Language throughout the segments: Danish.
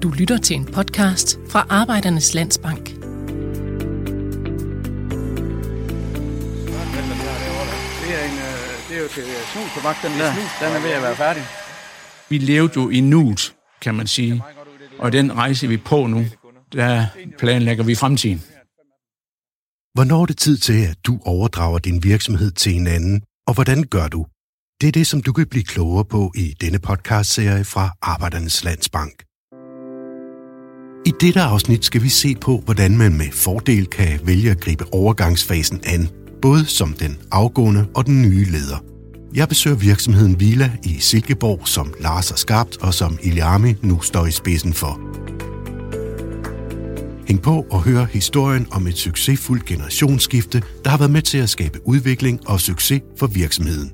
Du lytter til en podcast fra Arbejdernes Landsbank. Det er jo til snustobak, den er ved at være færdig. Vi levede jo i nuet, kan man sige. Og den rejse vi på nu, der planlægger vi fremtiden. Hvornår er det tid til, at du overdrager din virksomhed til en anden, og hvordan gør du? Det er det, som du kan blive klogere på i denne podcastserie fra Arbejdernes Landsbank. I dette afsnit skal vi se på, hvordan man med fordel kan vælge at gribe overgangsfasen an, både som den afgående og den nye leder. Jeg besøger virksomheden Vila i Silkeborg, som Lars har skabt og som Iliami nu står i spidsen for. Hæng på og hør historien om et succesfuldt generationsskifte, der har været med til at skabe udvikling og succes for virksomheden.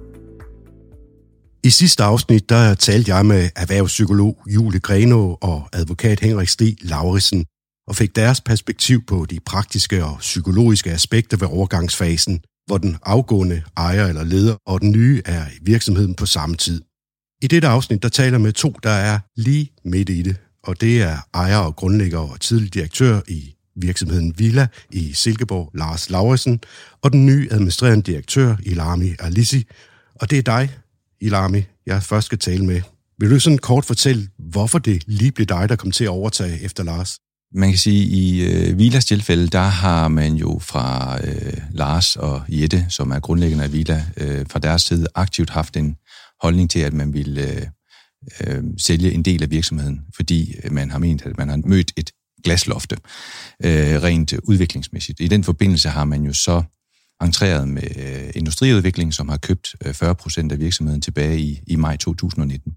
I sidste afsnit der talte jeg med erhvervspsykolog Julie Grenaa og advokat Henrik Stig Lauritsen og fik deres perspektiv på de praktiske og psykologiske aspekter ved overgangsfasen, hvor den afgående ejer eller leder og den nye er i virksomheden på samme tid. I dette afsnit der taler med to, der er lige midt i det, og det er ejer og grundlægger og tidlig direktør i virksomheden Vila i Silkeborg, Lars Lauritsen, og den nye administrerende direktør, Ilhami Alissi. Og det er dig, Ilhami, jeg først skal tale med. Vil du sådan kort fortælle, hvorfor det lige blev dig, der kom til at overtage efter Lars? Man kan sige, at i Vilas tilfælde, der har man jo fra Lars og Jette, som er grundlæggerne af Vila, fra deres side aktivt haft en holdning til, at man ville sælge en del af virksomheden, fordi man har ment, at man har mødt et glaslofte rent udviklingsmæssigt. I den forbindelse har man jo så entreret med industriudvikling, som har købt 40% af virksomheden tilbage i maj 2019.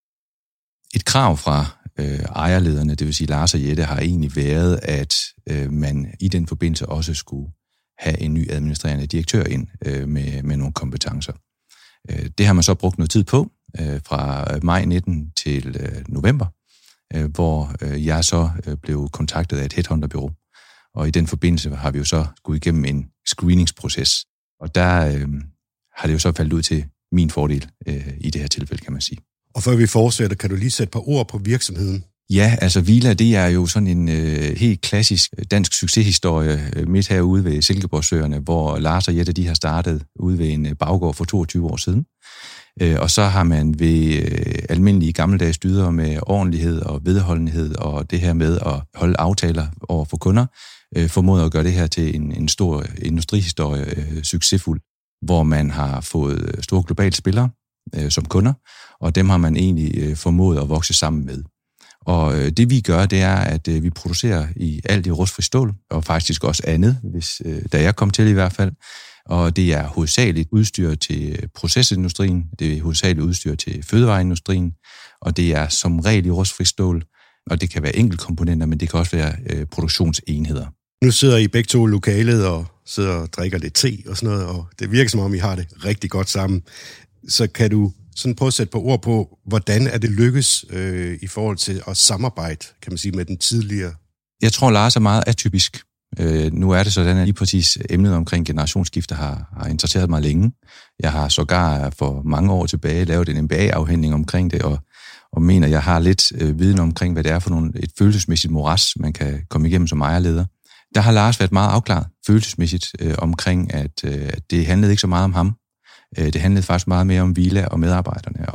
Et krav fra ejerlederne, det vil sige Lars og Jette, har egentlig været, at man i den forbindelse også skulle have en ny administrerende direktør ind med nogle kompetencer. Det har man så brugt noget tid på, fra maj 19 til november, hvor jeg så blev kontaktet af et headhunterbureau. Og i den forbindelse har vi jo så gået igennem en screeningsproces. Og der har det jo så faldet ud til min fordel i det her tilfælde, kan man sige. Og før vi fortsætter, kan du lige sætte et par ord på virksomheden? Ja, altså Vila, det er jo sådan en helt klassisk dansk succeshistorie midt herude ved Silkeborgsøerne, hvor Lars og Jette, de har startet ude ved en baggård for 22 år siden. Og så har man ved almindelige gammeldags dyder med ordentlighed og vedholdenhed og det her med at holde aftaler over for kunder, formået at gøre det her til en stor industrihistorie succesfuld, hvor man har fået store globale spillere som kunder, og dem har man egentlig formået at vokse sammen med. Og det vi gør, det er, at vi producerer i alt i rustfri stål, og faktisk også andet, da jeg kom til i hvert fald. Og det er hovedsageligt udstyr til procesindustrien, det er hovedsageligt udstyr til fødevareindustrien, og det er som regel i rustfri stål, og det kan være enkeltkomponenter, men det kan også være produktionsenheder. Nu sidder I begge to i lokalet og sidder og drikker lidt te og sådan noget, og det virker som om, I har det rigtig godt sammen. Så kan du sådan prøve at sætte på ord på, hvordan er det lykkes i forhold til at samarbejde, kan man sige, med den tidligere? Jeg tror, Lars er meget atypisk. Nu er det sådan, at lige præcis emnet omkring generationsskifte har interesseret mig længe. Jeg har sågar for mange år tilbage lavet en MBA-afhandling omkring det, og mener, jeg har lidt viden omkring, hvad det er for et følelsesmæssigt moras, man kan komme igennem som ejerleder. Der har Lars været meget afklaret følelsesmæssigt omkring, at det handlede ikke så meget om ham. Det handlede faktisk meget mere om Vila og medarbejderne,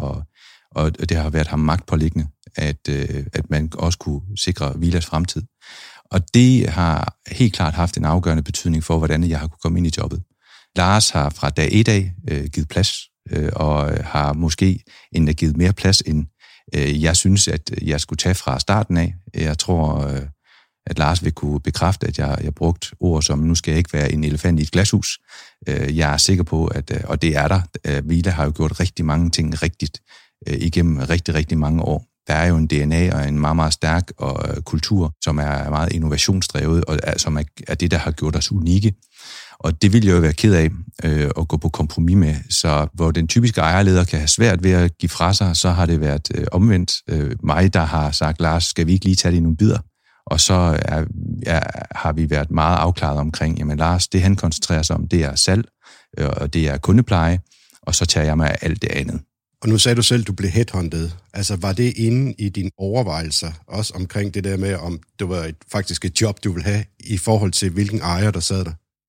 og det har været ham magtpåliggende, at man også kunne sikre Vilas fremtid. Og det har helt klart haft en afgørende betydning for, hvordan jeg har kunne komme ind i jobbet. Lars har fra dag 1 af givet plads, og har måske endda givet mere plads, end jeg synes, at jeg skulle tage fra starten af. Jeg tror, at Lars vil kunne bekræfte, at jeg brugt ord som, nu skal jeg ikke være en elefant i et glashus. Jeg er sikker på, og det er der, Vila har jo gjort rigtig mange ting rigtigt igennem rigtig, rigtig mange år. Der er jo en DNA og en meget, meget stærk kultur, som er meget innovationsdrevet, og som er det, der har gjort os unikke. Og det vil jeg jo være ked af at gå på kompromis med. Så hvor den typiske ejerleder kan have svært ved at give fra sig, så har det været omvendt mig, der har sagt, Lars, skal vi ikke lige tage det i nogle bidder? Og så har vi været meget afklaret omkring, jamen Lars, det han koncentrerer sig om, det er salg, og det er kundepleje, og så tager jeg mig af alt det andet. Og nu sagde du selv, at du blev headhunted. Altså, var det inde i dine overvejelser, også omkring det der med, om det var faktisk et job, du ville have, i forhold til, hvilken ejer, der sad der?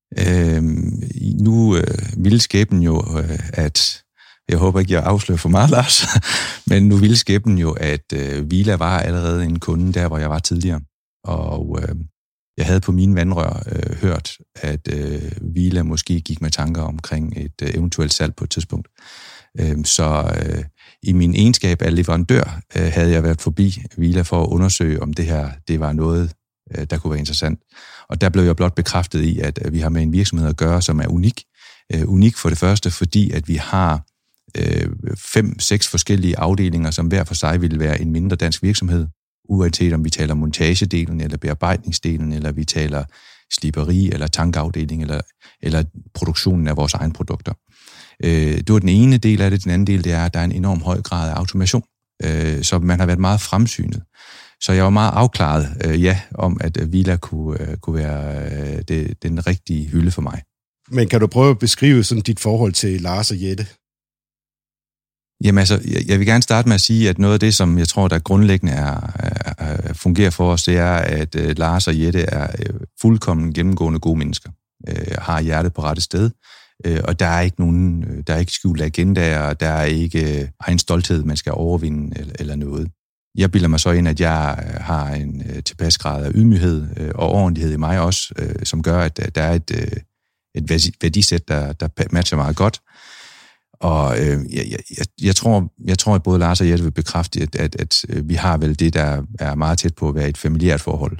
Nu ville skæbnen jo, at... Jeg håber ikke, jeg afslører for meget, Lars, men nu ville skæbnen jo, at Vila var allerede en kunde der, hvor jeg var tidligere. Og jeg havde på mine vandrør hørt, at Vila måske gik med tanker omkring et eventuelt salg på et tidspunkt. Så i min egenskab af leverandør havde jeg været forbi Vila for at undersøge, om det her det var noget, der kunne være interessant. Og der blev jeg blot bekræftet i, at vi har med en virksomhed at gøre, som er unik. Unik for det første, fordi at vi har 5-6 forskellige afdelinger, som hver for sig ville være en mindre dansk virksomhed, uanset om vi taler montagedelen, eller bearbejdningsdelen, eller vi taler sliberi, eller tankafdeling, eller produktionen af vores egne produkter. Det var den ene del af det. Den anden del, det er, at der er en enorm høj grad af automation, så man har været meget fremsynet. Så jeg var meget afklaret, om at Vila kunne være den rigtige hylde for mig. Men kan du prøve at beskrive sådan dit forhold til Lars og Jette? Jamen altså, jeg vil gerne starte med at sige, at noget af det, som jeg tror, der grundlæggende fungerer for os, det er, at Lars og Jette er fuldkommen gennemgående gode mennesker. Har hjertet på rette sted, og der er ikke skjulte agendaer, der er ikke egen stolthed, man skal overvinde eller noget. Jeg bilder mig så ind, at jeg har en tilpas grad af ydmyghed og ordentlighed i mig også, som gør, at der er et værdisæt, der matcher meget godt. Og jeg tror, at både Lars og Jette vil bekræfte, at vi har vel det, der er meget tæt på at være et familiært forhold.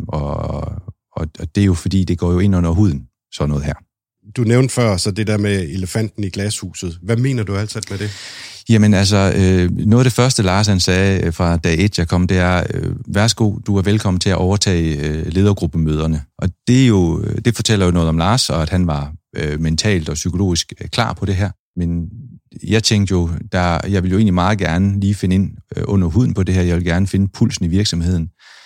Og det er jo fordi, det går jo ind under huden, sådan noget her. Du nævnte før så det der med elefanten i glashuset. Hvad mener du altid med det? Jamen altså, noget af det første, Lars han sagde fra dag 1, jeg kom, det er, værsgo, du er velkommen til at overtage ledergruppemøderne. Og det fortæller jo noget om Lars, og at han var mentalt og psykologisk klar på det her. Men jeg tænkte jo, jeg vil jo egentlig meget gerne lige finde ind under huden på det her. Jeg vil gerne finde pulsen i virksomheden.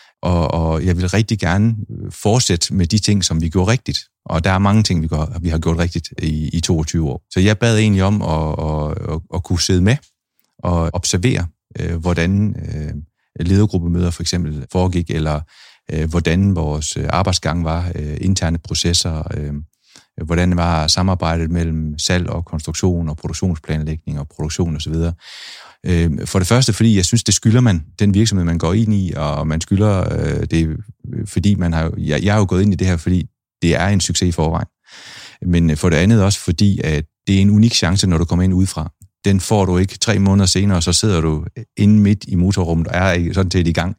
Og jeg vil rigtig gerne fortsætte med de ting, som vi gjorde rigtigt. Og der er mange ting, vi har gjort rigtigt i 22 år. Så jeg bad egentlig om at kunne sidde med og observere, hvordan ledergruppemøder for eksempel foregik, eller hvordan vores arbejdsgang var, interne processer, hvordan var samarbejdet mellem salg og konstruktion og produktionsplanlægning og produktion osv. For det første, fordi jeg synes, det skylder man, den virksomhed, man går ind i, og man skylder det, fordi jeg har jo gået ind i det her, fordi det er en succes i forvejen. Men for det andet også, fordi at det er en unik chance, når du kommer ind udefra. Den får du ikke 3 måneder senere, og så sidder du inde midt i motorrummet og er sådan set i gang.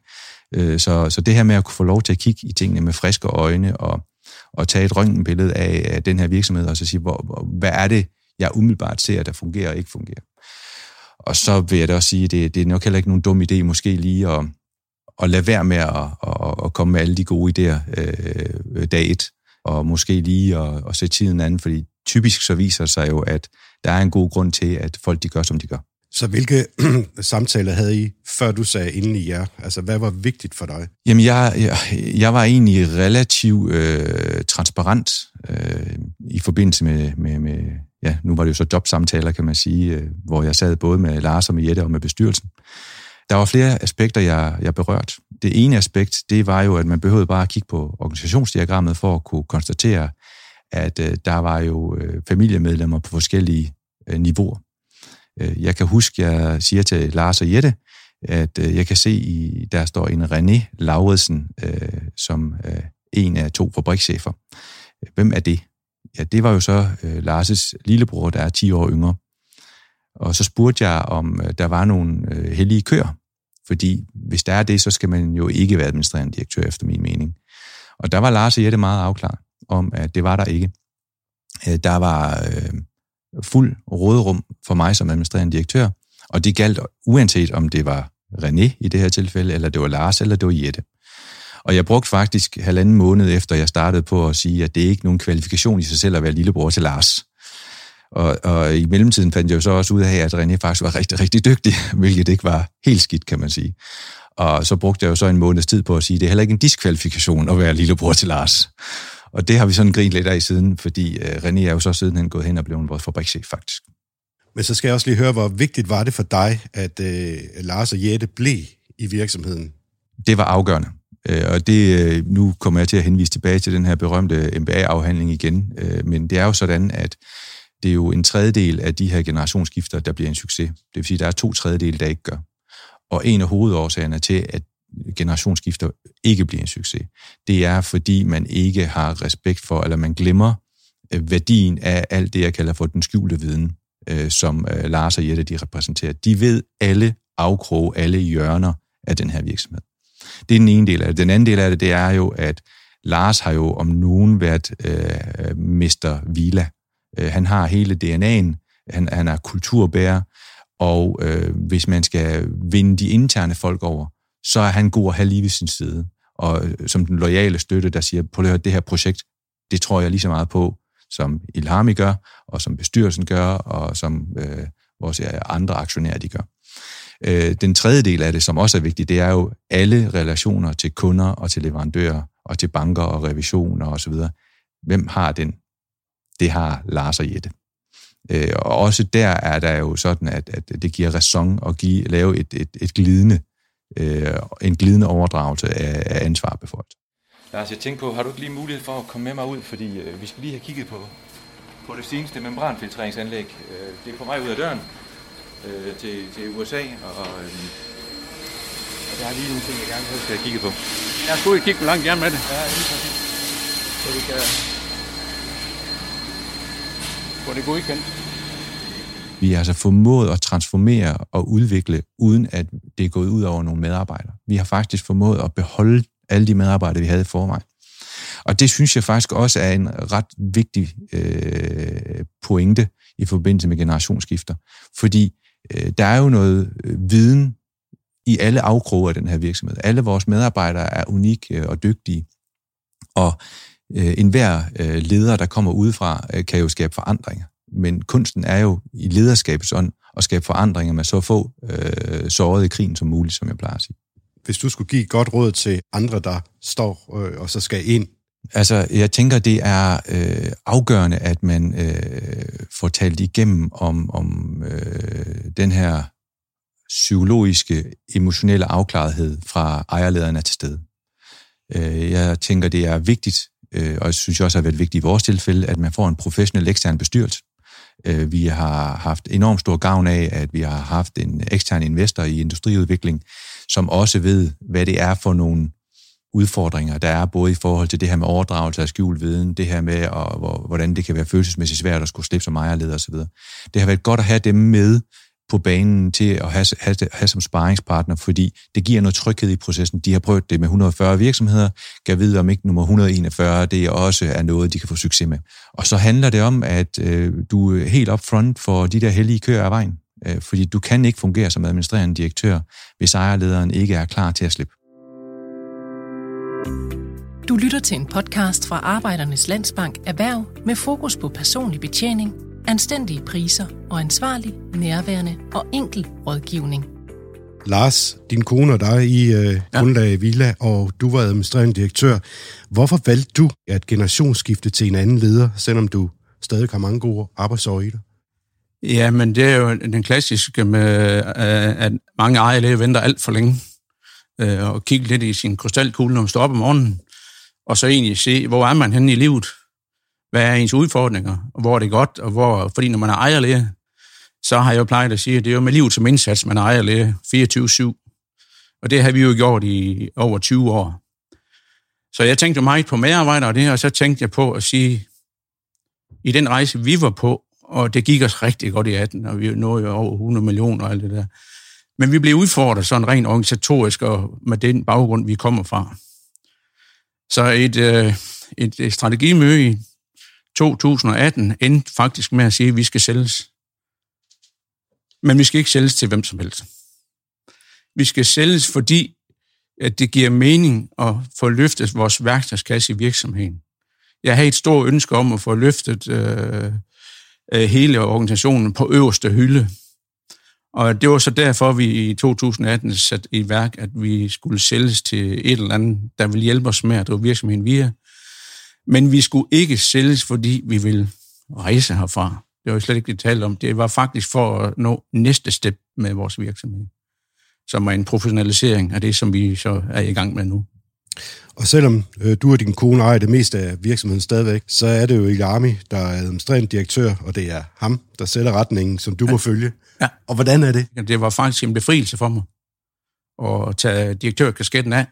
Så det her med at kunne få lov til at kigge i tingene med friske øjne og tage et røntgenbillede af den her virksomhed, og så sige, hvad er det, jeg umiddelbart ser, der fungerer og ikke fungerer. Og så vil jeg da også sige, at det er nok heller ikke nogen dum idé, måske lige at lade være med at komme med alle de gode idéer dag 1, og måske lige at sætte tiden anden, fordi typisk så viser det sig jo, at der er en god grund til, at folk de gør, som de gør. Så hvilke samtaler havde I, før du sagde inden i jer? Altså, hvad var vigtigt for dig? Jamen, jeg var egentlig relativt transparent i forbindelse med nu var det jo så jobsamtaler, kan man sige, hvor jeg sad både med Lars og med Jette og med bestyrelsen. Der var flere aspekter, jeg berørte. Det ene aspekt, det var jo, at man behøvede bare at kigge på organisationsdiagrammet for at kunne konstatere, at der var jo familiemedlemmer på forskellige niveauer. Jeg kan huske, jeg siger til Lars og Jette, at jeg kan se, der står en René Lauridsen som en af 2 fabrikschefer. Hvem er det? Ja, det var jo så Lars' lillebror, der er 10 år yngre. Og så spurgte jeg, om der var nogle hellige køer. Fordi hvis der er det, så skal man jo ikke være administrerende direktør, efter min mening. Og der var Lars og Jette meget afklaret om, at det var der ikke. Der var fuld råderum for mig som administrerende direktør, og det galt uanset om det var René i det her tilfælde, eller det var Lars, eller det var Jette. Og jeg brugte faktisk 1,5 måned efter, jeg startede på at sige, at det er ikke nogen kvalifikation i sig selv at være lillebror til Lars. Og i mellemtiden fandt jeg jo så også ud af, at René faktisk var rigtig, rigtig dygtig, hvilket ikke var helt skidt, kan man sige. Og så brugte jeg jo så en måneds tid på at sige, at det er heller ikke en diskvalifikation at være lillebror til Lars. Og det har vi sådan grint lidt af siden, fordi René er jo så sidenhen gået hen og blevet vores fabrikschef, faktisk. Men så skal jeg også lige høre, hvor vigtigt var det for dig, at Lars og Jette blev i virksomheden? Det var afgørende. Og det, nu kommer jeg til at henvise tilbage til den her berømte MBA-afhandling igen, men det er jo sådan, at det er jo en tredjedel af de her generationsskifter, der bliver en succes. Det vil sige, at der er 2/3, der ikke gør. Og en af hovedårsagerne til, at generationsskifter ikke bliver en succes, det er, fordi man ikke har respekt for, eller man glemmer værdien af alt det, jeg kalder for den skjulte viden, som Lars og Jette, de repræsenterer. De ved alle afkroge, alle hjørner af den her virksomhed. Det er den ene del af det. Den anden del af det er jo, at Lars har jo om nogen været Mr. Vila. Han har hele DNA'en, han er kulturbærer, og hvis man skal vinde de interne folk over, så er han god at have lige ved sin side. Og som den loyale støtte, der siger, prøv at høre, det her projekt, det tror jeg lige så meget på, som Ilhami gør, og som bestyrelsen gør, og som vores andre aktionærer, de gør. Den tredje del af det, som også er vigtigt, det er jo alle relationer til kunder og til leverandører og til banker og revisioner osv. Hvem har den? Det har Lars og Jette. Og også der er der jo sådan, at det giver ræson at lave en glidende overdragelse af ansvarbeføjelser. Lars, jeg tænkte på, har du ikke lige mulighed for at komme med mig ud, fordi vi skal lige have kigget på det seneste membranfiltreringsanlæg. Det er på vej ud af døren til USA, og der er lige nogle ting, jeg gerne skal have kigget på. Jeg skal ud og kigge, hvor langt jeg er med det. Ja, lige præcis. Så vi kan få det godkendt. Vi har altså formået at transformere og udvikle, uden at det er gået ud over nogle medarbejdere. Vi har faktisk formået at beholde alle de medarbejdere, vi havde i forvejen. Og det synes jeg faktisk også er en ret vigtig pointe i forbindelse med generationsskifter. Fordi der er jo noget viden i alle afkroge af den her virksomhed. Alle vores medarbejdere er unikke og dygtige. Og enhver leder, der kommer udefra, kan jo skabe forandringer. Men kunsten er jo i lederskabets ånd at skabe forandringer med så få sårede i krigen som muligt, som jeg plejer at sige. Hvis du skulle give et godt råd til andre, der står og så skal ind? Altså, jeg tænker, det er afgørende, at man får talt igennem om den her psykologiske, emotionelle afklarethed fra ejerlederne til stede. Jeg tænker, det er vigtigt, og jeg synes også har været vigtigt i vores tilfælde, at man får en professionel ekstern bestyrelse. Vi har haft enormt stor gavn af, at vi har haft en ekstern investor i industriudvikling, som også ved, hvad det er for nogle udfordringer, der er både i forhold til det her med overdragelse af skjult viden, det her med, hvordan det kan være følelsesmæssigt svært at skulle slippe som ejerleder osv. Det har været godt at have dem med på banen til at have som sparringspartner, fordi det giver noget tryghed i processen. De har prøvet det med 140 virksomheder, kan vide om ikke nummer 141, det også er noget, de kan få succes med. Og så handler det om, at du er helt up front for de der hellige køer af vejen, fordi du kan ikke fungere som administrerende direktør, hvis ejerlederen ikke er klar til at slippe. Du lytter til en podcast fra Arbejdernes Landsbank Erhverv med fokus på personlig betjening, anstændige priser og ansvarlig, nærværende og enkel rådgivning. Lars, din kone og dig, I grundlagde Vila, og du var administrerende direktør. Hvorfor valgte du at generationsskifte til en anden leder, selvom du stadig har mange gode arbejdsår i dig? Ja, men det er jo den klassiske med, at mange ejerledere venter alt for længe, og kigge lidt i sin krystalkugle, når man står op om morgenen, og så egentlig se, hvor er man henne i livet? Hvad er ens udfordringer? Og hvor er det godt? Og fordi når man er ejerlæge, så har jeg jo plejet at sige, at det er jo med livet som indsats, man er ejerlæge 24/7. Og det har vi jo gjort i over 20 år. Så jeg tænkte meget på medarbejdere og det, og så tænkte jeg på at sige, i den rejse, vi var på, og det gik os rigtig godt i 18, og vi nåede jo over 100 millioner og alt det der. Men vi blev udfordret sådan rent organisatorisk, og med den baggrund, vi kommer fra. Så et strategimøde i 2018 endte faktisk med at sige, at vi skal sælges. Men vi skal ikke sælges til hvem som helst. Vi skal sælges, fordi at det giver mening at få løftet vores værktøjskasse i virksomheden. Jeg har et stort ønske om at få løftet hele organisationen på øverste hylde. Og det var så derfor, vi i 2018 satte i værk, at vi skulle sælges til et eller andet, der ville hjælpe os med at drive virksomheden via. Men vi skulle ikke sælges, fordi vi ville rejse herfra. Det var jo slet ikke det talt om. Det var faktisk for at nå næste step med vores virksomhed, som er en professionalisering af det, som vi så er i gang med nu. Og selvom du og din kone ejer det meste af virksomheden stadigvæk, så er det jo Iliami, der er administrerende direktør, og det er ham, der sætter retningen, som du må følge. Ja. Og hvordan er det? Det var faktisk en befrielse for mig at tage direktørkasketten af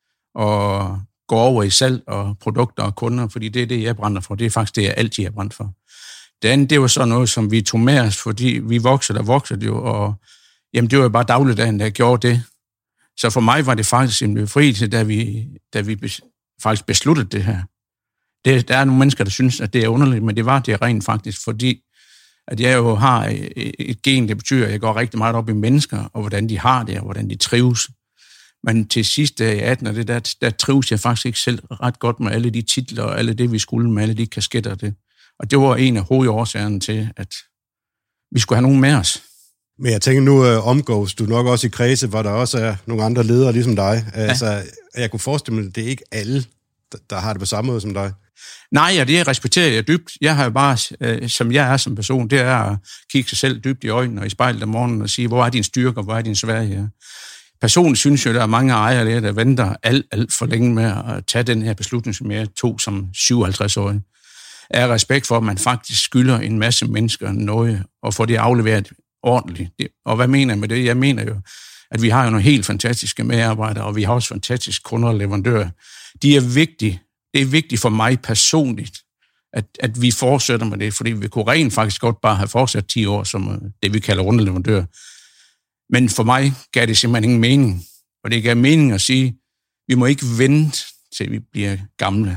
og gå over i salg og produkter og kunder, fordi det er det, jeg brænder for. Det er faktisk det, jeg altid har brændt for. Det andet, det var så noget, som vi tog med os, fordi vi voksede det jo, og jamen, det var jo bare dagligdagen, der gjorde det. Så for mig var det faktisk en befrielse, da vi faktisk besluttede det her. Der er nogle mennesker, der synes, at det er underligt, men det var det rent faktisk, fordi at jeg jo har et gen, det betyder, at jeg går rigtig meget op i mennesker, og hvordan de har det, og hvordan de trives. Men til sidst, da jeg er 18, og der trives jeg faktisk ikke selv ret godt med alle de titler, og alle det, vi skulle med, alle de kasketter og det. Og det var en af hovedårsagerne til, at vi skulle have nogen med os. Men jeg tænker, nu omgås du nok også i kredse, hvor der også er nogle andre ledere ligesom dig. Ja. Altså, jeg kunne forestille mig, at det er ikke alle, der har det på samme måde som dig. Nej, og det respekterer jeg dybt. Jeg har jo bare, som jeg er som person, det er at kigge sig selv dybt i øjnene og i spejlet om morgenen og sige, hvor er din styrke, og hvor er din svaghed? Personligt synes jeg, der er mange ejere, der venter alt for længe med at tage den her beslutning, som jeg tog som 57-årig. Er respekt for, at man faktisk skylder en masse mennesker noget, og får det afleveret ordentligt. Og hvad mener jeg med det? Jeg mener jo, at vi har jo nogle helt fantastiske medarbejdere, og vi har også fantastiske kunder og leverandører. De er vigtige. Det er vigtigt for mig personligt, at vi fortsætter med det, fordi vi kunne rent faktisk godt bare have fortsat 10 år, som det vi kalder rundeleverandør. Men for mig gav det simpelthen ingen mening. Og det gav mening at sige, vi må ikke vente, til vi bliver gamle.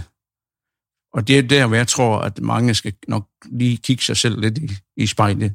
Og det er der, hvor jeg tror, at mange skal nok lige kigge sig selv lidt i spejlet.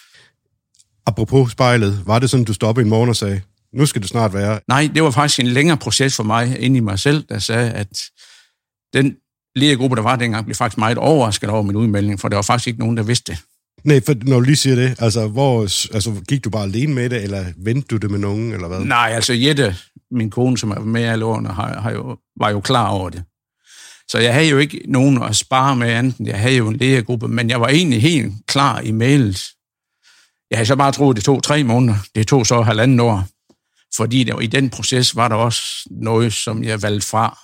Apropos spejlet, var det sådan, du stoppede en morgen og sagde, nu skal det snart være? Nej, det var faktisk en længere proces for mig inde i mig selv, der sagde, at den ledergruppe, der var dengang, blev faktisk meget overrasket over min udmelding, for der var faktisk ikke nogen, der vidste det. Nej, for når du lige siger det, altså gik du bare alene med det, eller vendte du det med nogen, eller hvad? Nej, altså Jette, min kone, som er med alle årene, var jo klar over det. Så jeg havde jo ikke nogen at spare med andet. Jeg havde jo en ledergruppe, men jeg var egentlig helt klar i mailet. Jeg havde så bare troet, det tog 3 måneder. Det tog så 1,5 år. Fordi der, i den proces var der også noget, som jeg valgte fra.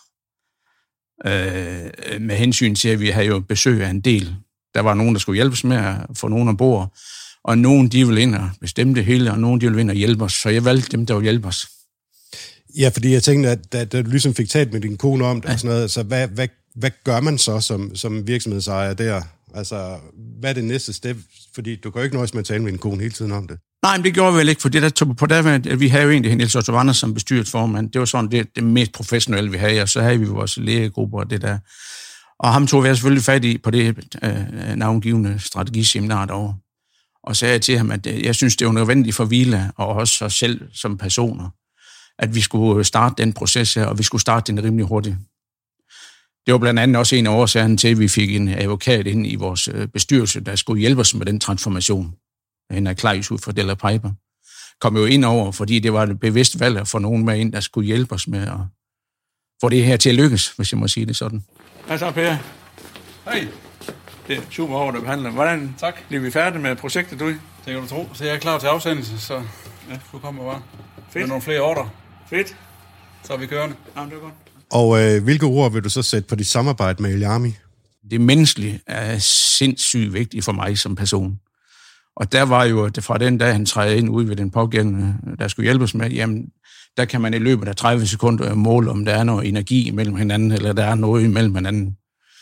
Med hensyn til, at vi havde jo besøg af en del. Der var nogen, der skulle hjælpes med at få nogen ombord. Og nogen, de ville ind og bestemme det hele, og nogen, de ville ind og hjælpe os. Så jeg valgte dem, der ville hjælpe os. Ja, fordi jeg tænkte, at du ligesom fik talt med din kone om det, og sådan noget, så hvad gør man så som virksomhedsejer der? Altså, hvad er det næste step? Fordi du kan jo ikke nøjes med at tale med din kone hele tiden om det. Nej, men det gjorde vi vel ikke, for det der på derved, vi havde jo egentlig Niels Otto Vanders som bestyrelsesformand. Det var sådan det mest professionelle, vi havde, og så havde vi vores lægegrupper og det der. Og ham tog vi selvfølgelig fat i på det navngivende strategiseminar derovre. Og sagde til ham, at jeg synes, det var nødvendigt for Vila, og også os selv som personer, at vi skulle starte den proces her, og vi skulle starte den rimelig hurtigt. Det var blandt andet også en af årsagerne til, at vi fik en advokat ind i vores bestyrelse, der skulle hjælpe os med den transformation. Henrik Kleis ud fra Della Piper kom jo ind over, fordi det var et bevidst valg at få nogen med ind, der skulle hjælpe os med at få det her til at lykkes, hvis jeg må sige det sådan. Hej så, Per. Hej. Det er super hårdt at behandle. Hvordan bliver vi færdige med projektet, du? Det kan du tro. Så jeg er klar til afsendelse, så ja, du kommer bare. Fedt. Med nogle flere ordre. Fedt. Så er vi kørende. Ja, det er godt. Og hvilke ord vil du så sætte på dit samarbejde med Iliami? Det menneskelige er sindssygt vigtigt for mig som person. Og der var jo, fra den dag, han træder ind ude ved den pågældende, der skulle hjælpes med, jamen, der kan man i løbet af 30 sekunder måle, om der er noget energi imellem hinanden, eller der er noget imellem hinanden.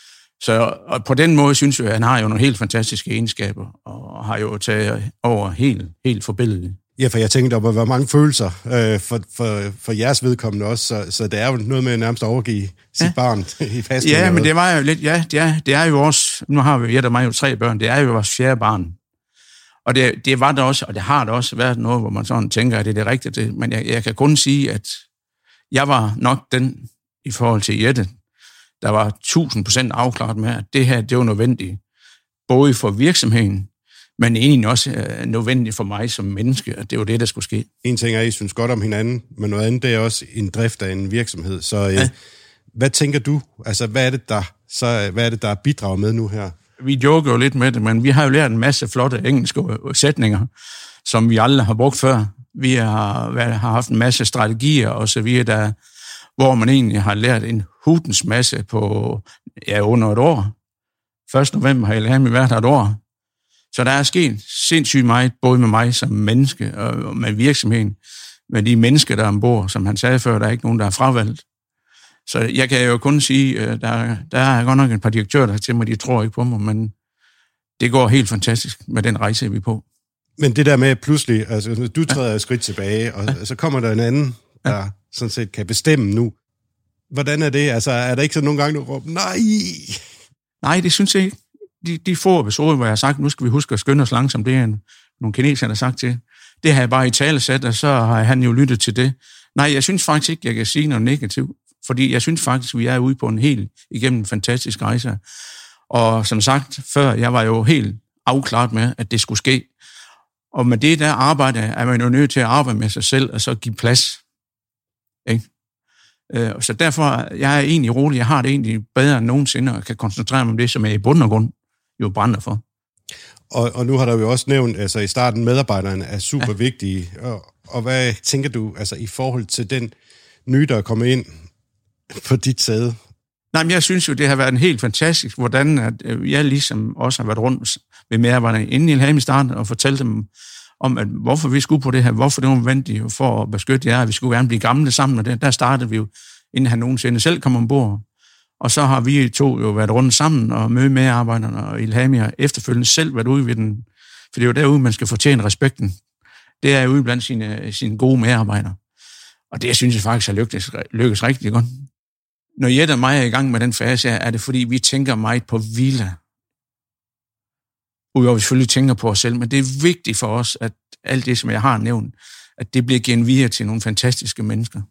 Så og på den måde synes jeg, at han har jo nogle helt fantastiske egenskaber, og har jo taget over helt forbilledeligt. Ja, for jeg tænkte, der var mange følelser for jeres vedkommende også, så det er jo noget med nærmest at overgive sit barn i fast. Ja, men det var jo lidt, det er jo også, nu har vi, Jette og mig jo 3 børn, det er jo vores 4. barn. Og det var der også, og det har der også været noget, hvor man sådan tænker, at det er det rigtige. Men jeg kan kun sige, at jeg var nok den, i forhold til Jette, der var 1000% afklaret med, at det her, det var nødvendigt. Både for virksomheden, men egentlig også nødvendigt for mig som menneske, at det var det, der skulle ske. En ting er, at I synes godt om hinanden, men noget andet, det er også en drift af en virksomhed. Så hvad tænker du? Altså, hvad er det, der bidrager med nu her? vi joker jo lidt med det, men vi har jo lært en masse flotte engelske sætninger, som vi aldrig har brugt før. Vi har haft en masse strategier og så videre, hvor man egentlig har lært en hudens masse på under et år. 1. november har Ilhami været her et år. Så der er sket sindssygt meget, både med mig som menneske og med virksomheden, med de mennesker, der er ombord, som han sagde før, der er ikke nogen, der er fravalgt. Så jeg kan jo kun sige, der er godt nok et par direktører, der til mig, de tror ikke på mig, men det går helt fantastisk med den rejse, vi er på. Men det der med pludselig, altså du træder et skridt tilbage, og så kommer der en anden, der sådan set kan bestemme nu. Hvordan er det? Altså er der ikke så nogle gange, du råber, nej? Nej, det synes jeg ikke. De få episoder, hvor jeg har sagt, nu skal vi huske at skynde os langsomt, det er nogle kinesere, der har sagt til. Det har jeg bare i tale sat, og så har han jo lyttet til det. Nej, jeg synes faktisk ikke, jeg kan sige noget negativt, fordi jeg synes faktisk, vi er ude på en helt igennem fantastisk rejse. Og som sagt før, jeg var jo helt afklaret med, at det skulle ske. Og med det der arbejde, er man jo nødt til at arbejde med sig selv, og så give plads. Ikke? Så derfor, jeg er egentlig rolig, jeg har det egentlig bedre end nogensinde, og kan koncentrere mig om det, som jeg i bund og grund jo brænder for. Og nu har der jo også nævnt, altså i starten, medarbejderne er super vigtige. Og hvad tænker du, altså i forhold til den nye, der er kommet ind på dit sæde? Nej, men jeg synes jo, det har været en helt fantastisk, hvordan at jeg ligesom også har været rundt med medarbejderne inden i Ilhami starten og fortalt dem om, at hvorfor vi skulle på det her, hvorfor det var nødvendigt for at beskytte jer, at vi skulle gerne blive gamle sammen, og det. Der startede vi jo, inden han nogensinde selv kom ombord. Og så har vi to jo været rundt sammen og møde medarbejderne, og Ilhami har efterfølgende selv været ude ved den, for det er jo derude, man skal fortjene respekten. Det er ude blandt sine gode medarbejdere. Og det synes jeg faktisk har lykkes rigtig godt. Når Jette og mig er i gang med den fase, er det fordi, vi tænker meget på hvile. Udover vi selvfølgelig tænker på os selv, men det er vigtigt for os, at alt det, som jeg har nævnt, at det bliver givet videre til nogle fantastiske mennesker.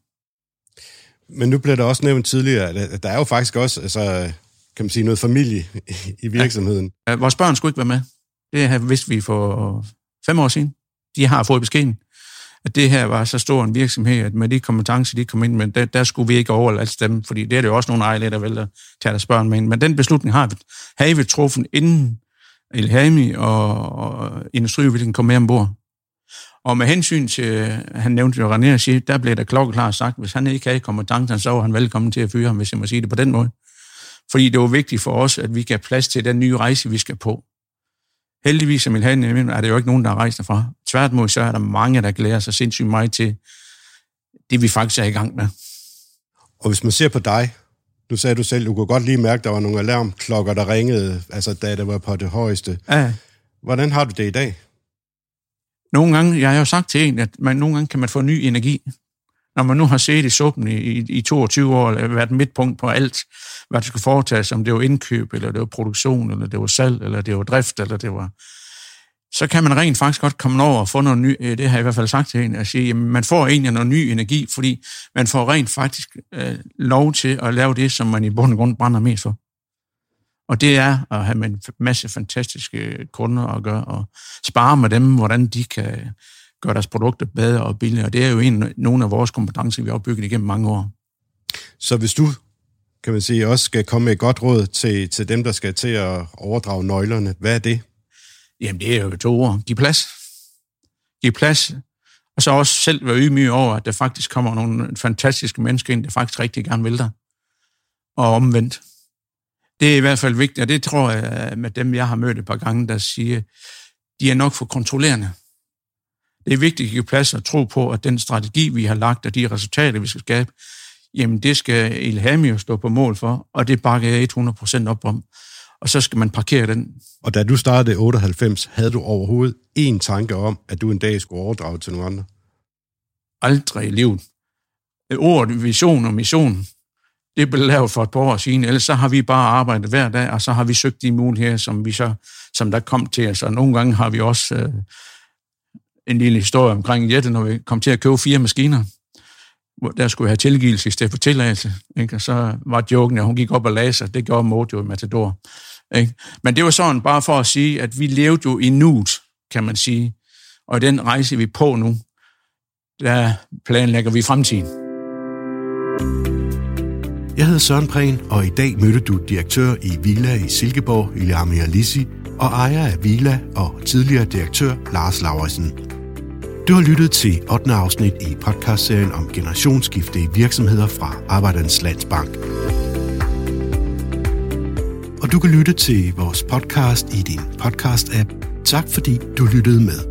Men nu blev der også nævnt tidligere, at der er jo faktisk også, altså, kan man sige, noget familie i virksomheden. Ja, vores børn skulle ikke være med. Det vidste vi for 5 år siden. De har fået beskeden, at det her var så stor en virksomhed, at med de kompetencer, de kom ind med, der skulle vi ikke overlade dem, fordi det er det jo også nogle ejere, der vælger at tage deres børn med ind. Men den beslutning har vi truffet inden Ilhami og industriudviklingen kom med ombord. Og med hensyn til, han nævnte jo René Chef, der blev der klokkeklart sagt, hvis han ikke havde kompetencer, så var han velkommen til at fyre ham, hvis jeg må sige det på den måde. Fordi det var vigtigt for os, at vi gav plads til den nye rejse, vi skal på. Heldigvis, som Ilhami er det jo ikke nogen, der har rejst derfra. Tværtimod, så er der mange, der glæder sig sindssygt meget til det, vi faktisk er i gang med. Og hvis man ser på dig, nu sagde du selv, du kunne godt lige mærke, at der var nogle alarmklokker, der ringede, altså da det var på det højeste. Ja. Hvordan har du det i dag? Nogle gange, jeg har jo sagt til en, at nogle gange kan man få ny energi. Når man nu har set i suppen i 22 år, eller været midtpunkt på alt, hvad der skulle foretages, om det var indkøb, eller det var produktion, eller det var salg, eller det var drift, eller det var... Så kan man rent faktisk godt komme over og få noget ny, det har jeg i hvert fald sagt til en, at sige, jamen, man får egentlig noget ny energi, fordi man får rent faktisk lov til at lave det, som man i bund og grund brænder mest for. Og det er at have med en masse fantastiske kunder at gøre, og spare med dem, hvordan de kan gøre deres produkter bedre og billigere. Og det er jo nogle af vores kompetencer, vi har opbygget igennem mange år. Så hvis du, kan man sige, også skal komme med et godt råd til dem, der skal til at overdrage nøglerne, hvad er det? Jamen, det er jo 2 ord. Giv plads. Giv plads. Og så også selv være ydmyg over, at der faktisk kommer nogle fantastiske mennesker ind, der faktisk rigtig gerne vil dig. Og omvendt. Det er i hvert fald vigtigt, og det tror jeg med dem, jeg har mødt et par gange, der siger, de er nok for kontrollerende. Det er vigtigt at give plads og tro på, at den strategi, vi har lagt, og de resultater, vi skal skabe, jamen det skal Ilhami jo stå på mål for, og det bakker jeg 100% op om. Og så skal man parkere den. Og da du startede 98, havde du overhovedet en tanke om, at du en dag skulle overdrage til nogle andre? Aldrig i livet. Ordet vision og mission, det blev lavet for et par år siden, ellers så har vi bare arbejdet hver dag, og så har vi søgt de muligheder, som der kom til os. Og nogle gange har vi også en lille historie omkring Jette, når vi kom til at købe 4 maskiner. Der skulle jeg have tilgivelse i stedet for tilladelse. Ikke? Og så var joken, at hun gik op og lagde sig. Det gjorde Maud jo i Matador. Ikke? Men det var sådan bare for at sige, at vi levede jo i nuet, kan man sige. Og i den rejse, vi er på nu, der planlægger vi fremtiden. Jeg hedder Søren Prehn, og i dag mødte du direktør i Vila i Silkeborg, Ilhami Alissi, og ejer af Vila og tidligere direktør Lars Lauritsen. Du har lyttet til 8. afsnit i podcastserien om generationsskifte i virksomheder fra Arbejdernes Landsbank. Og du kan lytte til vores podcast i din podcast-app. Tak fordi du lyttede med.